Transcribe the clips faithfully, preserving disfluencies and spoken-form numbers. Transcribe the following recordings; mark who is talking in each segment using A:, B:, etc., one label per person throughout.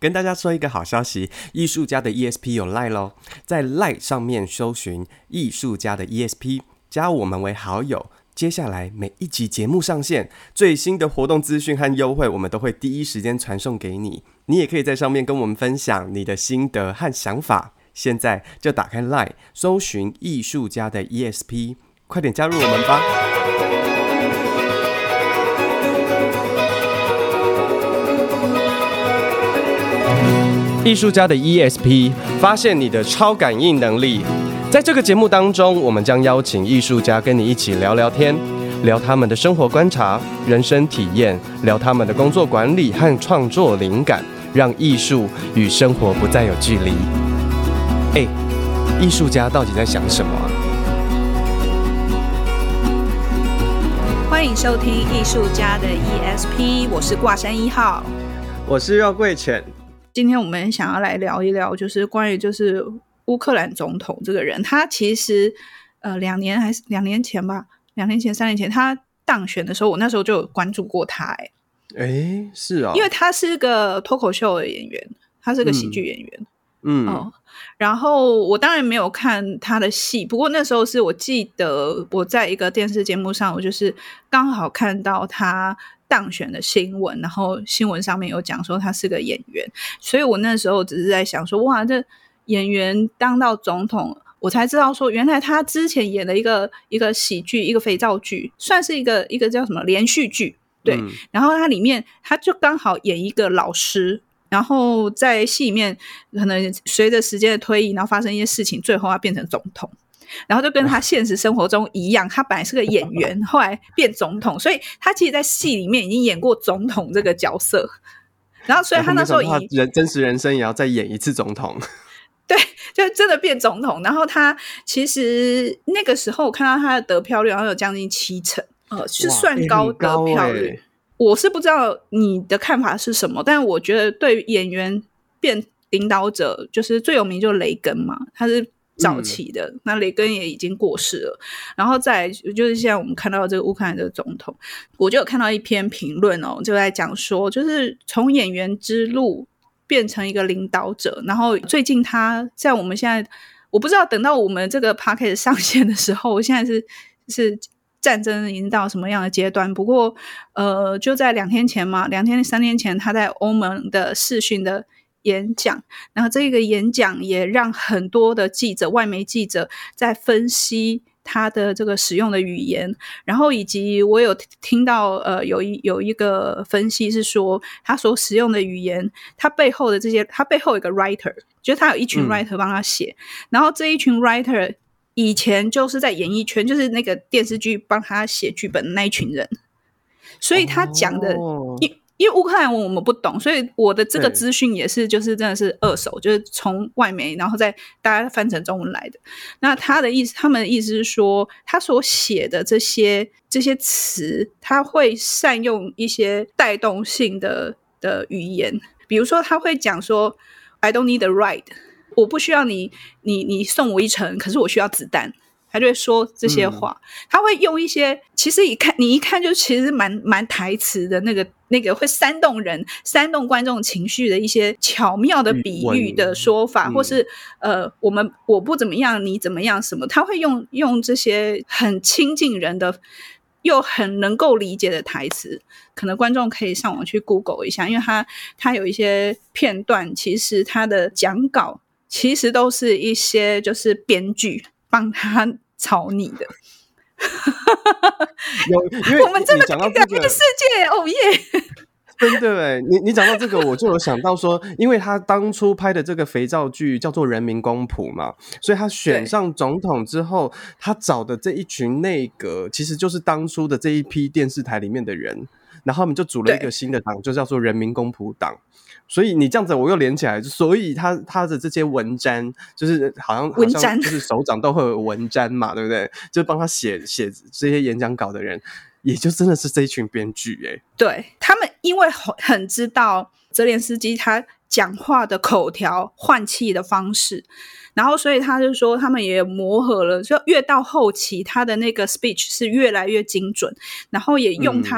A: 跟大家说一个好消息，艺术家的 E S P 有 Line 咯，在 Line 上面搜寻艺术家的 E S P， 加我们为好友。接下来每一集节目上线，最新的活动资讯和优惠，我们都会第一时间传送给你。你也可以在上面跟我们分享你的心得和想法。现在就打开 Line， 搜寻艺术家的 E S P， 快点加入我们吧！艺术家的 E S P， 发现你的超感应能力。在这个节目当中，我们将邀请艺术家跟你一起聊聊天，聊他们的生活观察、人生体验，聊他们的工作管理和创作灵感，让艺术与生活不再有距离。哎，艺术家到底在想什么啊？
B: 欢迎收听艺术家的 E S P， 我是挂山一号，
A: 我是肉桂犬。
B: 今天我们想要来聊一聊，就是关于就是乌克兰总统这个人，他其实呃两年还是两年前吧，两年前三年前他当选的时候，我那时候就有关注过他、欸。哎，
A: 哎，是啊、哦，
B: 因为他是个脱口秀的演员，他是个喜剧演员。
A: 嗯，
B: 哦，然后我当然没有看他的戏，不过那时候是我记得我在一个电视节目上，我就是刚好看到他当选的新闻，然后新闻上面有讲说他是个演员，所以我那时候只是在想说，哇，这演员当到总统，我才知道说原来他之前演了一个一个喜剧，一个肥皂剧，算是一个一个叫什么连续剧，对、嗯、然后他里面他就刚好演一个老师，然后在戏里面可能随着时间的推移，然后发生一些事情，最后他变成总统，然后就跟他现实生活中一样，他本来是个演员，后来变总统，所以他其实在戏里面已经演过总统这个角色，然后所以他那时候以
A: 人真实人生也要再演一次总统，
B: 对，就真的变总统。然后他其实那个时候我看到他的得票率好像有将近七成，呃，是算高得票率、欸。我是不知道你的看法是什么，但我觉得对于演员变领导者，就是最有名就是雷根嘛，他是早期的、嗯、那雷根也已经过世了，然后再来就是现在我们看到这个乌克兰的总统，我就有看到一篇评论哦，就在讲说就是从演员之路变成一个领导者，然后最近他在我们现在我不知道等到我们这个 podcast 上线的时候，现在是是战争已经到什么样的阶段，不过呃，就在两天前嘛，两天三天前他在欧盟的视讯的演讲，然后这个演讲也让很多的记者外媒记者在分析他的这个使用的语言，然后以及我有听到呃有一有一个分析是说他所使用的语言，他背后的这些他背后有一个 writer， 就是他有一群 writer 帮他写、嗯、然后这一群 writer以前就是在演艺圈，就是那个电视剧帮他写剧本的那一群人，所以他讲的、哦、因, 因为乌克兰文我们不懂，所以我的这个资讯也是就是真的是二手，就是从外媒然后再大家翻成中文来的。那他的意思，他们的意思是说，他所写的这些这些词，他会善用一些带动性的的语言，比如说他会讲说 I don't need a ride，我不需要你你你送我一程，可是我需要子弹，他就会说这些话、嗯、他会用一些其实一看你一看就其实蛮蛮台词的那个那个会煽动人煽动观众情绪的一些巧妙的比喻的说法、嗯、或是呃我们我不怎么样你怎么样什么，他会用用这些很亲近人的又很能够理解的台词，可能观众可以上网去 Google 一下，因为他他有一些片段其实他的讲稿其实都是一些就是编剧帮他草拟的
A: 有，因为
B: 我们真的可以改变世界，哦耶！
A: 真的耶，你你讲到这个我就有想到说，因为他当初拍的这个肥皂剧叫做人民公仆嘛，所以他选上总统之后，他找的这一群内阁其实就是当初的这一批电视台里面的人，然后他们就组了一个新的党，就叫做人民公仆党。所以你这样子我又连起来，所以他他的这些文章就是好像好像就是首长都会有文章嘛，对不对？就帮他写写这些演讲稿的人，也就真的是这一群编剧哎。
B: 对，他们因为很知道泽连斯基他讲话的口条换气的方式，然后所以他就说他们也磨合了，就越到后期他的那个 speech 是越来越精准，然后也用他的、嗯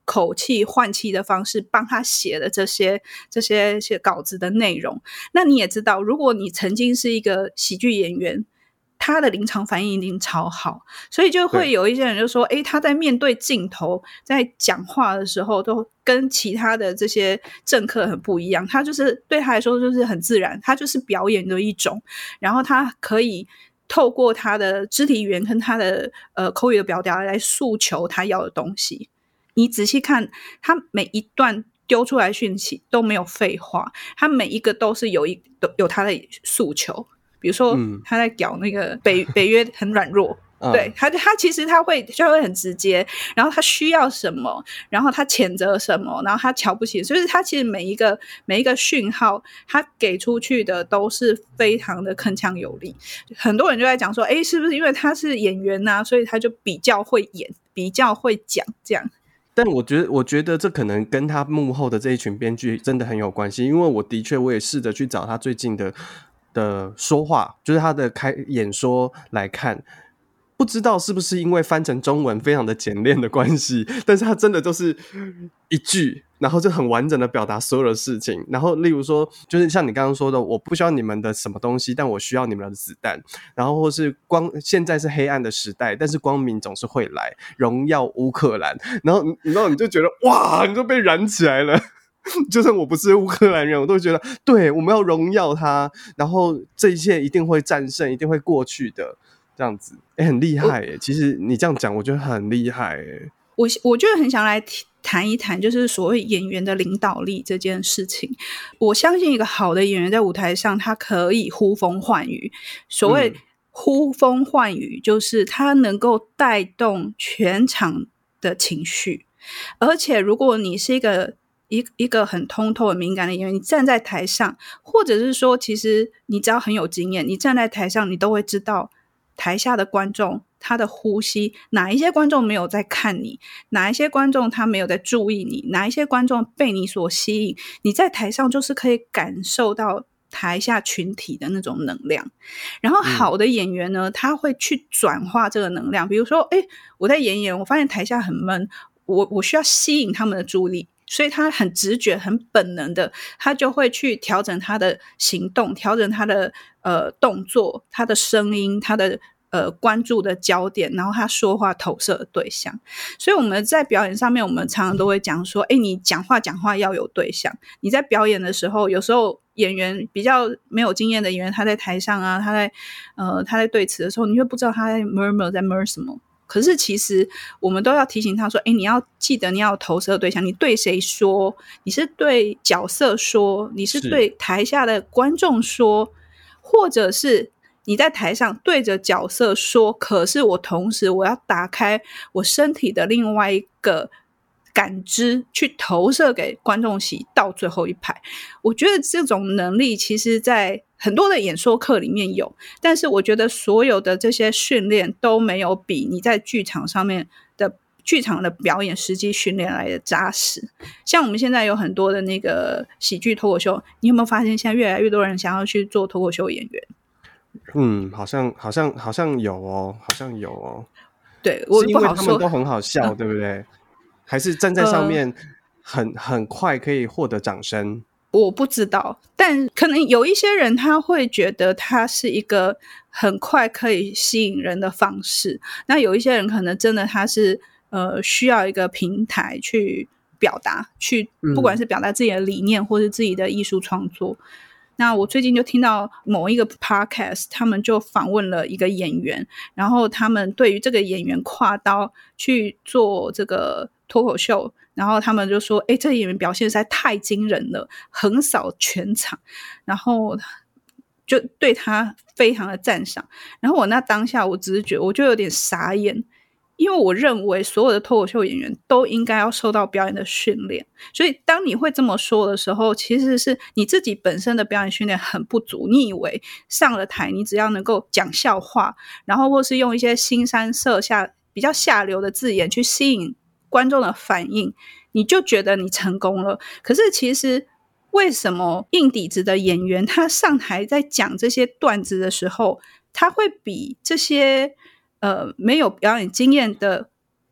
B: 口气换气的方式帮他写的这些这些些稿子的内容。那你也知道，如果你曾经是一个喜剧演员，他的临场反应一定超好，所以就会有一些人就说，诶，他在面对镜头在讲话的时候都跟其他的这些政客很不一样，他就是对他来说就是很自然，他就是表演的一种，然后他可以透过他的肢体语言跟他的呃口语的表达来诉求他要的东西。你仔细看他每一段丢出来讯息都没有废话，他每一个都是有一有他的诉求。比如说他在屌那个北、嗯、北约很软弱，对他他其实他会就会很直接，然后他需要什么，然后他谴责什么，然后他瞧不起，所以他其实每一个每一个讯号他给出去的都是非常的铿锵有力。很多人就在讲说，诶，是不是因为他是演员啊，所以他就比较会演，比较会讲这样。
A: 但我觉得我觉得这可能跟他幕后的这一群编剧真的很有关系，因为我的确我也试着去找他最近的的说话，就是他的开演说来看，不知道是不是因为翻成中文非常的简练的关系，但是他真的就是一句然后就很完整的表达所有的事情。然后例如说就是像你刚刚说的，我不需要你们的什么东西，但我需要你们的子弹，然后或是光现在是黑暗的时代，但是光明总是会来，荣耀乌克兰，然后你知道你就觉得哇，你就被燃起来了。就算我不是乌克兰人，我都觉得对，我们要荣耀他，然后这一切一定会战胜，一定会过去的，这样子。欸，很厉害耶，其实你这样讲我觉得很厉害耶。
B: 我我就很想来谈一谈就是所谓演员的领导力这件事情。我相信一个好的演员在舞台上他可以呼风唤雨，所谓呼风唤雨就是他能够带动全场的情绪，而且如果你是一个一一个很通透很敏感的演员，你站在台上，或者是说其实你只要很有经验，你站在台上你都会知道台下的观众他的呼吸，哪一些观众没有在看你，哪一些观众他没有在注意你，哪一些观众被你所吸引，你在台上就是可以感受到台下群体的那种能量。然后好的演员呢，嗯、他会去转化这个能量。比如说诶，我在演演我发现台下很闷，我我需要吸引他们的注意力，所以他很直觉很本能的他就会去调整他的行动，调整他的呃动作，他的声音，他的呃关注的焦点，然后他说话投射的对象。所以我们在表演上面我们常常都会讲说，诶，你讲话讲话要有对象。你在表演的时候，有时候演员比较没有经验的演员，他在台上啊，他在呃他在对词的时候，你会不知道他在 murmur 在 murmur 什么，可是其实我们都要提醒他说，诶，你要记得你要有投射的对象，你对谁说，你是对角色说，你是对台下的观众说，或者是你在台上对着角色说，可是我同时我要打开我身体的另外一个感知去投射给观众席到最后一排。我觉得这种能力其实在很多的演说课里面有，但是我觉得所有的这些训练都没有比你在剧场上面的剧场的表演实际训练来的扎实。像我们现在有很多的那个喜剧脱口秀，你有没有发现现在越来越多人想要去做脱口秀演员？
A: 嗯，好像好像好像有哦，好像有哦。
B: 对，我
A: 是因为他们都很好笑，嗯、对不对？还是站在上面很、呃、很快可以获得掌声？
B: 我不知道，但可能有一些人他会觉得他是一个很快可以吸引人的方式，那有一些人可能真的他是呃需要一个平台去表达，去不管是表达自己的理念或是自己的艺术创作。那我最近就听到某一个 podcast 他们就访问了一个演员，然后他们对于这个演员跨刀去做这个脱口秀，然后他们就说，诶，这个演员表现实在太惊人了，横扫全场，然后就对他非常的赞赏。然后我那当下我只是觉得我就有点傻眼，因为我认为所有的脱口秀演员都应该要受到表演的训练，所以当你会这么说的时候，其实是你自己本身的表演训练很不足。你以为上了台你只要能够讲笑话，然后或是用一些腥膻色下比较下流的字眼去吸引观众的反应，你就觉得你成功了。可是其实为什么硬底子的演员他上台在讲这些段子的时候，他会比这些呃没有表演经验的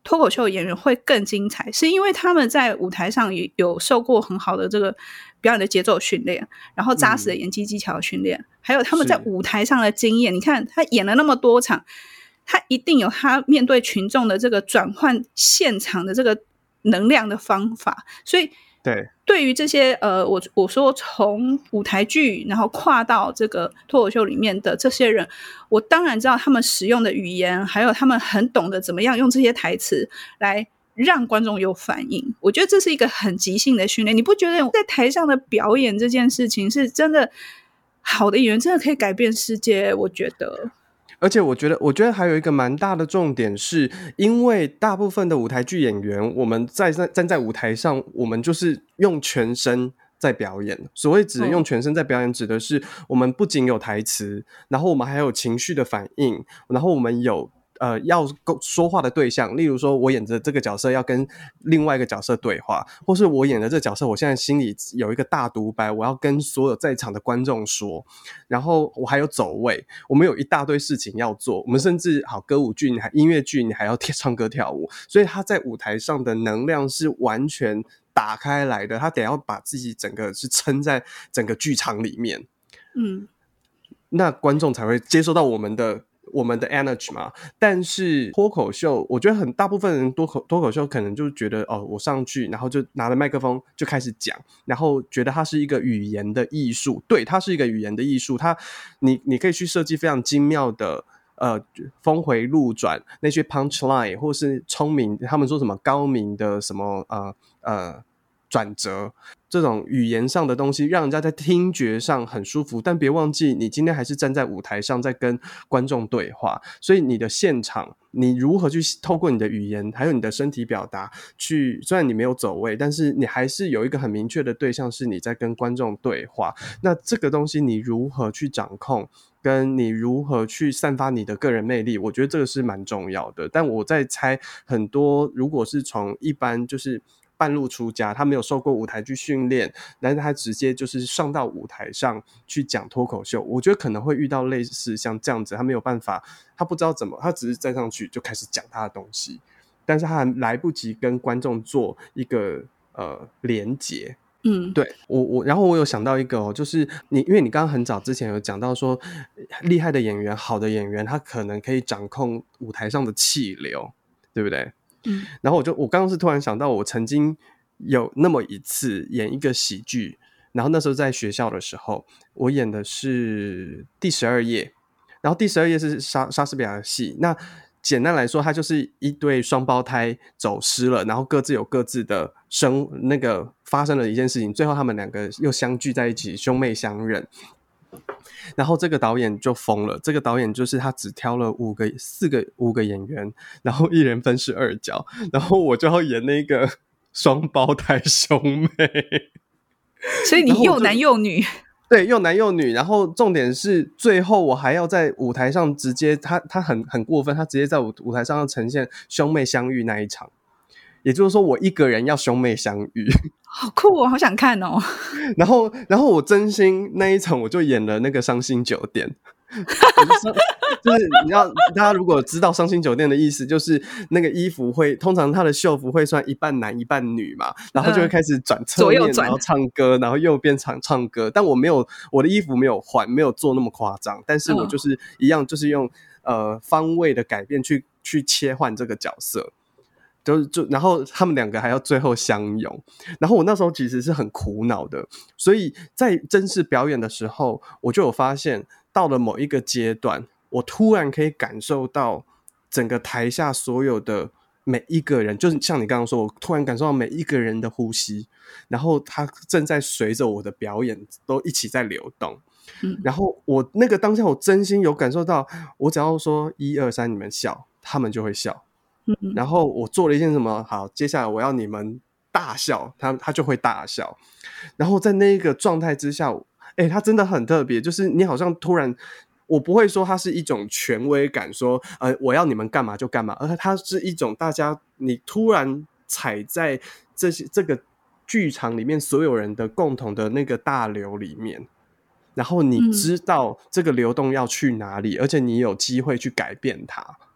B: 脱口秀演员会更精彩，是因为他们在舞台上也有受过很好的这个表演的节奏训练，然后扎实的演技技巧的训练、嗯、还有他们在舞台上的经验。你看他演了那么多场，他一定有他面对群众的这个转换现场的这个能量的方法，所以
A: 对
B: 对于这些呃，我我说从舞台剧然后跨到这个脱口秀里面的这些人，我当然知道他们使用的语言，还有他们很懂得怎么样用这些台词来让观众有反应。我觉得这是一个很即兴的训练。你不觉得在台上的表演这件事情是真的好的演员真的可以改变世界？我觉得。
A: 而且我觉得我觉得还有一个蛮大的重点是，因为大部分的舞台剧演员，我们在站在舞台上，我们就是用全身在表演。所谓指的用全身在表演，指的是我们不仅有台词，然后我们还有情绪的反应，然后我们有呃，要说话的对象，例如说我演的这个角色要跟另外一个角色对话，或是我演的这个角色我现在心里有一个大独白，我要跟所有在场的观众说，然后我还有走位，我们有一大堆事情要做，我们甚至好歌舞剧你还音乐剧你还要唱歌跳舞，所以他在舞台上的能量是完全打开来的，他得要把自己整个是撑在整个剧场里面，嗯，那观众才会接收到我们的我们的 energy 嘛。但是脱口秀我觉得很大部分人脱口脱口秀可能就觉得哦，我上去然后就拿了麦克风就开始讲，然后觉得它是一个语言的艺术。对，它是一个语言的艺术，它你你可以去设计非常精妙的呃峰回路转，那些 punchline 或是聪明，他们说什么高明的什么呃呃转折，这种语言上的东西让人家在听觉上很舒服，但别忘记你今天还是站在舞台上在跟观众对话，所以你的现场你如何去透过你的语言还有你的身体表达去，虽然你没有走位，但是你还是有一个很明确的对象是你在跟观众对话，那这个东西你如何去掌控跟你如何去散发你的个人魅力，我觉得这个是蛮重要的。但我在猜很多如果是从一般就是半路出家，他没有受过舞台剧训练，但是他直接就是上到舞台上去讲脱口秀，我觉得可能会遇到类似像这样子，他没有办法，他不知道怎么，他只是站上去就开始讲他的东西，但是他还来不及跟观众做一个呃连结。嗯，对，我我然后我有想到一个哦，就是你因为你刚刚很早之前有讲到说，厉害的演员好的演员他可能可以掌控舞台上的气流，对不对？嗯，然后我就我刚刚是突然想到，我曾经有那么一次演一个喜剧，然后那时候在学校的时候，我演的是第十二页，然后第十二页是莎莎士比亚的戏，那简单来说它就是一对双胞胎走失了，然后各自有各自的生那个发生了一件事情，最后他们两个又相聚在一起，兄妹相认。然后这个导演就疯了，这个导演就是他只挑了五个四个五个演员，然后一人分饰二角，然后我就要演那个双胞胎兄妹，
B: 所以你又男又女。
A: 对，又男又女，然后重点是最后我还要在舞台上直接他他很很过分，他直接在舞舞台上要呈现兄妹相遇那一场，也就是说我一个人要兄妹相遇，
B: 好酷哦，好想看哦。
A: 然后然后我真心那一场我就演了那个伤心酒店。就是你要大家如果知道伤心酒店的意思，就是那个衣服会通常他的秀服会算一半男一半女嘛，然后就会开始转侧面、嗯、然后唱歌，然后右边唱唱歌，但我没有我的衣服没有换，没有做那么夸张，但是我就是一样就是用呃方位的改变去去切换这个角色，就就然后他们两个还要最后相拥，然后我那时候其实是很苦恼的，所以在正式表演的时候我就有发现，到了某一个阶段我突然可以感受到整个台下所有的每一个人，就是像你刚刚说，我突然感受到每一个人的呼吸，然后他正在随着我的表演都一起在流动、嗯、然后我那个当下我真心有感受到，我只要说一二三你们笑，他们就会笑，然后我做了一件什么，好，接下来我要你们大笑，他他就会大笑，然后在那个状态之下，欸，他真的很特别，就是你好像突然，我不会说它是一种权威感，说呃我要你们干嘛就干嘛，而它是一种大家你突然踩在这些这个剧场里面所有人的共同的那个大流里面，然后你知道这个流动要去哪里、嗯、而且你有机会去改变它。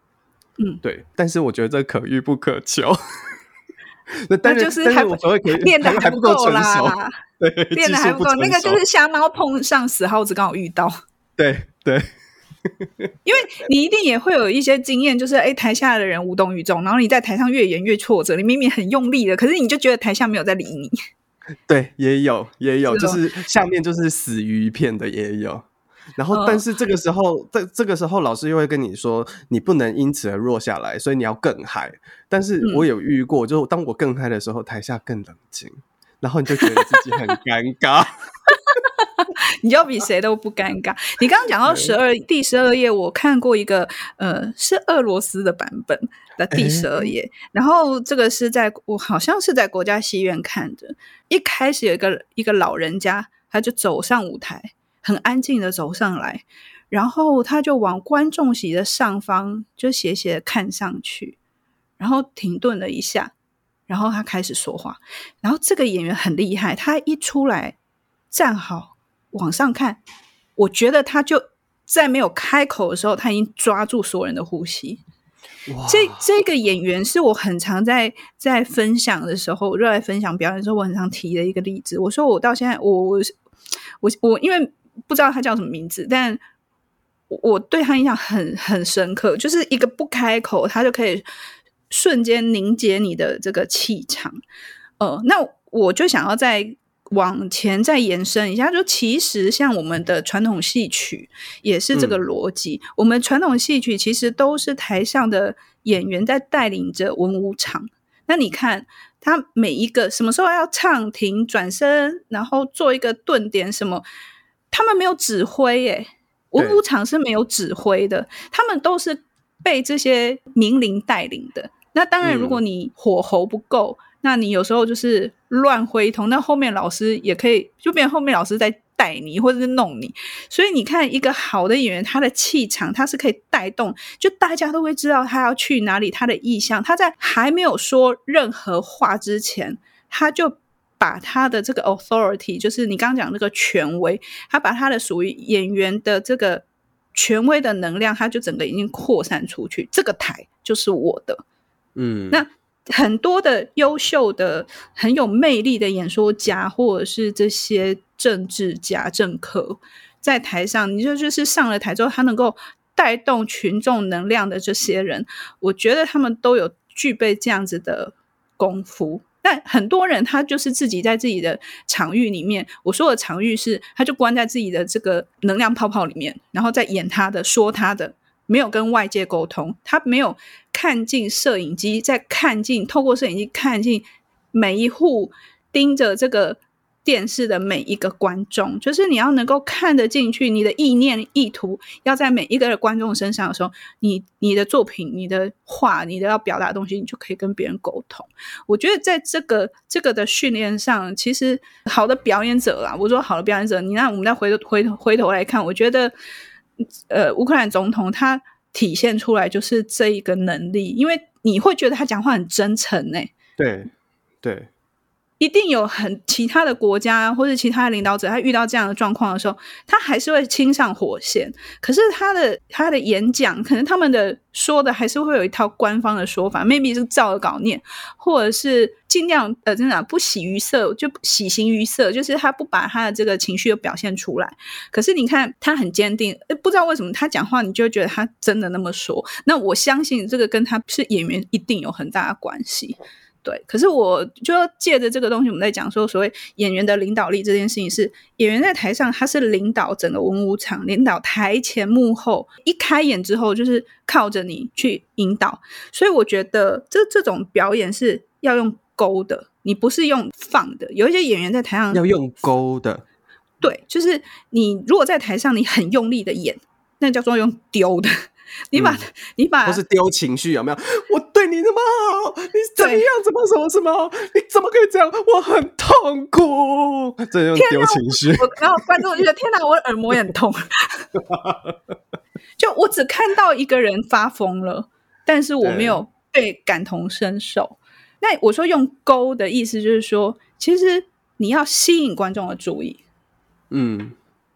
B: 嗯，
A: 对，但是我觉得这可遇不可求。那
B: 但是就是还
A: 我所谓可以
B: 练的
A: 还
B: 不
A: 够成
B: 啦，
A: 熟，对，
B: 练的还不够，那个就是瞎猫碰上死耗子刚好遇到。
A: 对对，
B: 因为你一定也会有一些经验，就是哎，台下的人无动于衷，然后你在台上越演越挫折，你明明很用力的，可是你就觉得台下没有在理你。
A: 对，也有也有，
B: 是
A: 就是下面就是死鱼一片的也有。然后，但是这个时候，这、嗯、这个时候，老师又会跟你说，你不能因此而弱下来，所以你要更嗨。但是我有遇过，嗯、就当我更嗨的时候，台下更冷静，然后你就觉得自己很尴尬。
B: 你就比谁都不尴尬。你刚刚讲到十二第十二页，我看过一个呃，是俄罗斯的版本的第十二页，欸、然后这个是在我好像是在国家戏院看的。一开始有一个一个老人家，他就走上舞台。很安静的走上来，然后他就往观众席的上方就斜斜的看上去，然后停顿了一下，然后他开始说话。然后这个演员很厉害，他一出来站好往上看，我觉得他就在没有开口的时候，他已经抓住所有人的呼吸。这这个演员是我很常在在分享的时候，热爱分享表演的时候，我很常提的一个例子。我说我到现在，我我我我因为不知道他叫什么名字，但我对他印象很很深刻，就是一个不开口，他就可以瞬间凝结你的这个气场。呃，那我就想要再往前再延伸一下，就其实像我们的传统戏曲也是这个逻辑。嗯、我们传统戏曲其实都是台上的演员在带领着文武场。那你看他每一个什么时候要唱停转身，然后做一个顿点什么，他们没有指挥耶，文武场是没有指挥的，他们都是被这些名伶带领的。那当然如果你火候不够、嗯、那你有时候就是乱挥头，那后面老师也可以就变成后面老师在带你或者是弄你。所以你看一个好的演员，他的气场他是可以带动，就大家都会知道他要去哪里，他的意向，他在还没有说任何话之前，他就把他的这个 authority， 就是你刚刚讲那个权威，他把他的属于演员的这个权威的能量，他就整个已经扩散出去，这个台就是我的。嗯，那很多的优秀的很有魅力的演说家或者是这些政治家政客在台上，你就就是上了台之后他能够带动群众能量的这些人，我觉得他们都有具备这样子的功夫。但很多人他就是自己在自己的场域里面，我说的场域是他就关在自己的这个能量泡泡里面，然后再演他的说他的，没有跟外界沟通，他没有看进摄影机，再看进透过摄影机看进每一户盯着这个电视的每一个观众，就是你要能够看得进去，你的意念意图要在每一个观众身上的时候，你你的作品你的话你的要表达的东西，你就可以跟别人沟通。我觉得在这个这个的训练上，其实好的表演者啦，我说好的表演者，你让我们再回头回头回头来看，我觉得呃，乌克兰总统他体现出来就是这一个能力，因为你会觉得他讲话很真诚欸。
A: 对对，
B: 一定有很其他的国家或者其他的领导者，他遇到这样的状况的时候，他还是会亲上火线。可是他的他的演讲，可能他们的说的还是会有一套官方的说法 ，maybe 是照着稿念，或者是尽量呃，真的不喜于色，就喜形于色，就是他不把他的这个情绪表现出来。可是你看他很坚定，不知道为什么他讲话，你就会觉得他真的那么说。那我相信这个跟他是演员一定有很大的关系。对，可是我就借着这个东西，我们在讲说所谓演员的领导力这件事情，是演员在台上他是领导整个文武场，领导台前幕后，一开演之后就是靠着你去引导。所以我觉得这这种表演是要用勾的，你不是用放的。有一些演员在台上
A: 要用勾的，对，
B: 就是你如果在台上你很用力的演，那叫做用丢的。你把、嗯、你把
A: 或是丢情绪，有没有？我对你那么好，你怎么样？怎么什么什么？你怎么可以这样？我很痛苦，这用丢情绪。
B: 然后观众就觉得天哪，我的耳膜也很痛。就我只看到一个人发疯了，但是我没有被感同身受。那我说用勾的意思就是说，其实你要吸引观众的注意。嗯。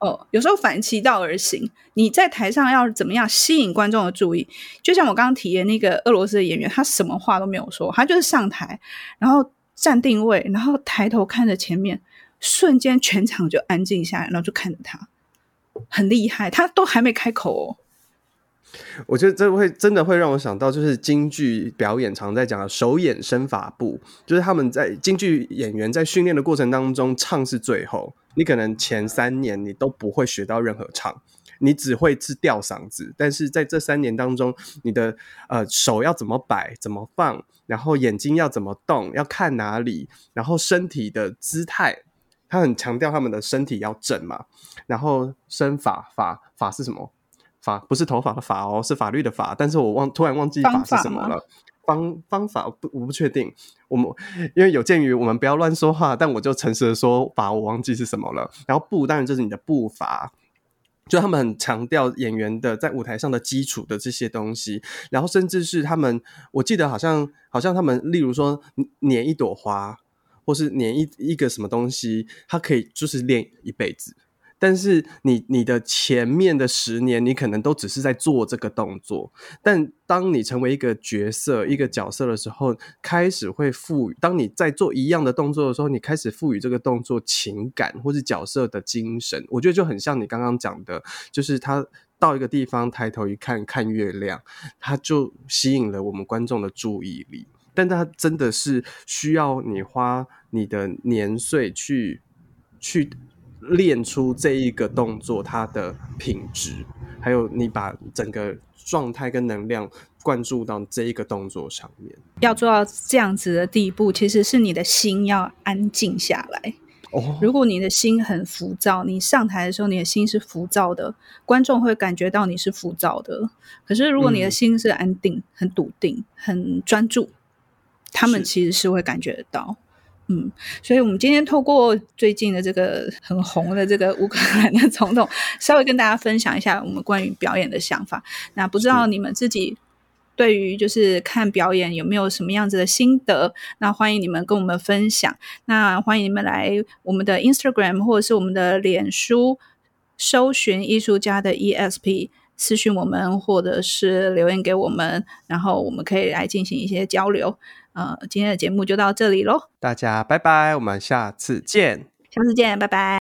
B: 哦，有时候反其道而行，你在台上要怎么样吸引观众的注意？就像我刚刚提的那个俄罗斯的演员，他什么话都没有说，他就是上台，然后站定位，然后抬头看着前面，瞬间全场就安静下来，然后就看着他，很厉害，他都还没开口哦。
A: 我觉得这会真的会让我想到，就是京剧表演常在讲的手眼身法步，就是他们在京剧演员在训练的过程当中，唱是最后，你可能前三年你都不会学到任何唱，你只会是吊嗓子，但是在这三年当中，你的呃手要怎么摆，怎么放，然后眼睛要怎么动，要看哪里，然后身体的姿态，他很强调他们的身体要正嘛，然后身法法法是什么？法不是头发的法哦，是法律的法，但是我忘突然忘记法是什么了。方方法不我不确定，我们因为有鉴于我们不要乱说话，但我就诚实的说法我忘记是什么了。然后步当然就是你的步伐，就他们很强调演员的在舞台上的基础的这些东西，然后甚至是他们，我记得好像好像他们例如说捻一朵花，或是捻一一个什么东西，他可以就是练一辈子。但是你你的前面的十年你可能都只是在做这个动作，但当你成为一个角色一个角色的时候，开始会赋予，当你在做一样的动作的时候，你开始赋予这个动作情感或是角色的精神。我觉得就很像你刚刚讲的，就是他到一个地方抬头一看看月亮，他就吸引了我们观众的注意力，但他真的是需要你花你的年岁去去练出这一个动作它的品质，还有你把整个状态跟能量灌注到这一个动作上面。
B: 要做到这样子的地步，其实是你的心要安静下来。哦，如果你的心很浮躁，你上台的时候你的心是浮躁的，观众会感觉到你是浮躁的。可是如果你的心是安定、嗯、很笃定、很专注，他们其实是会感觉得到。嗯，所以我们今天透过最近的这个很红的这个乌克兰的总统，稍微跟大家分享一下我们关于表演的想法。那不知道你们自己对于就是看表演有没有什么样子的心得，那欢迎你们跟我们分享。那欢迎你们来我们的 Instagram 或者是我们的脸书搜寻艺术家的 E S P， 私讯我们或者是留言给我们，然后我们可以来进行一些交流。呃，今天的节目就到这里咯，
A: 大家拜拜，我们下次见。
B: 下次见，拜拜。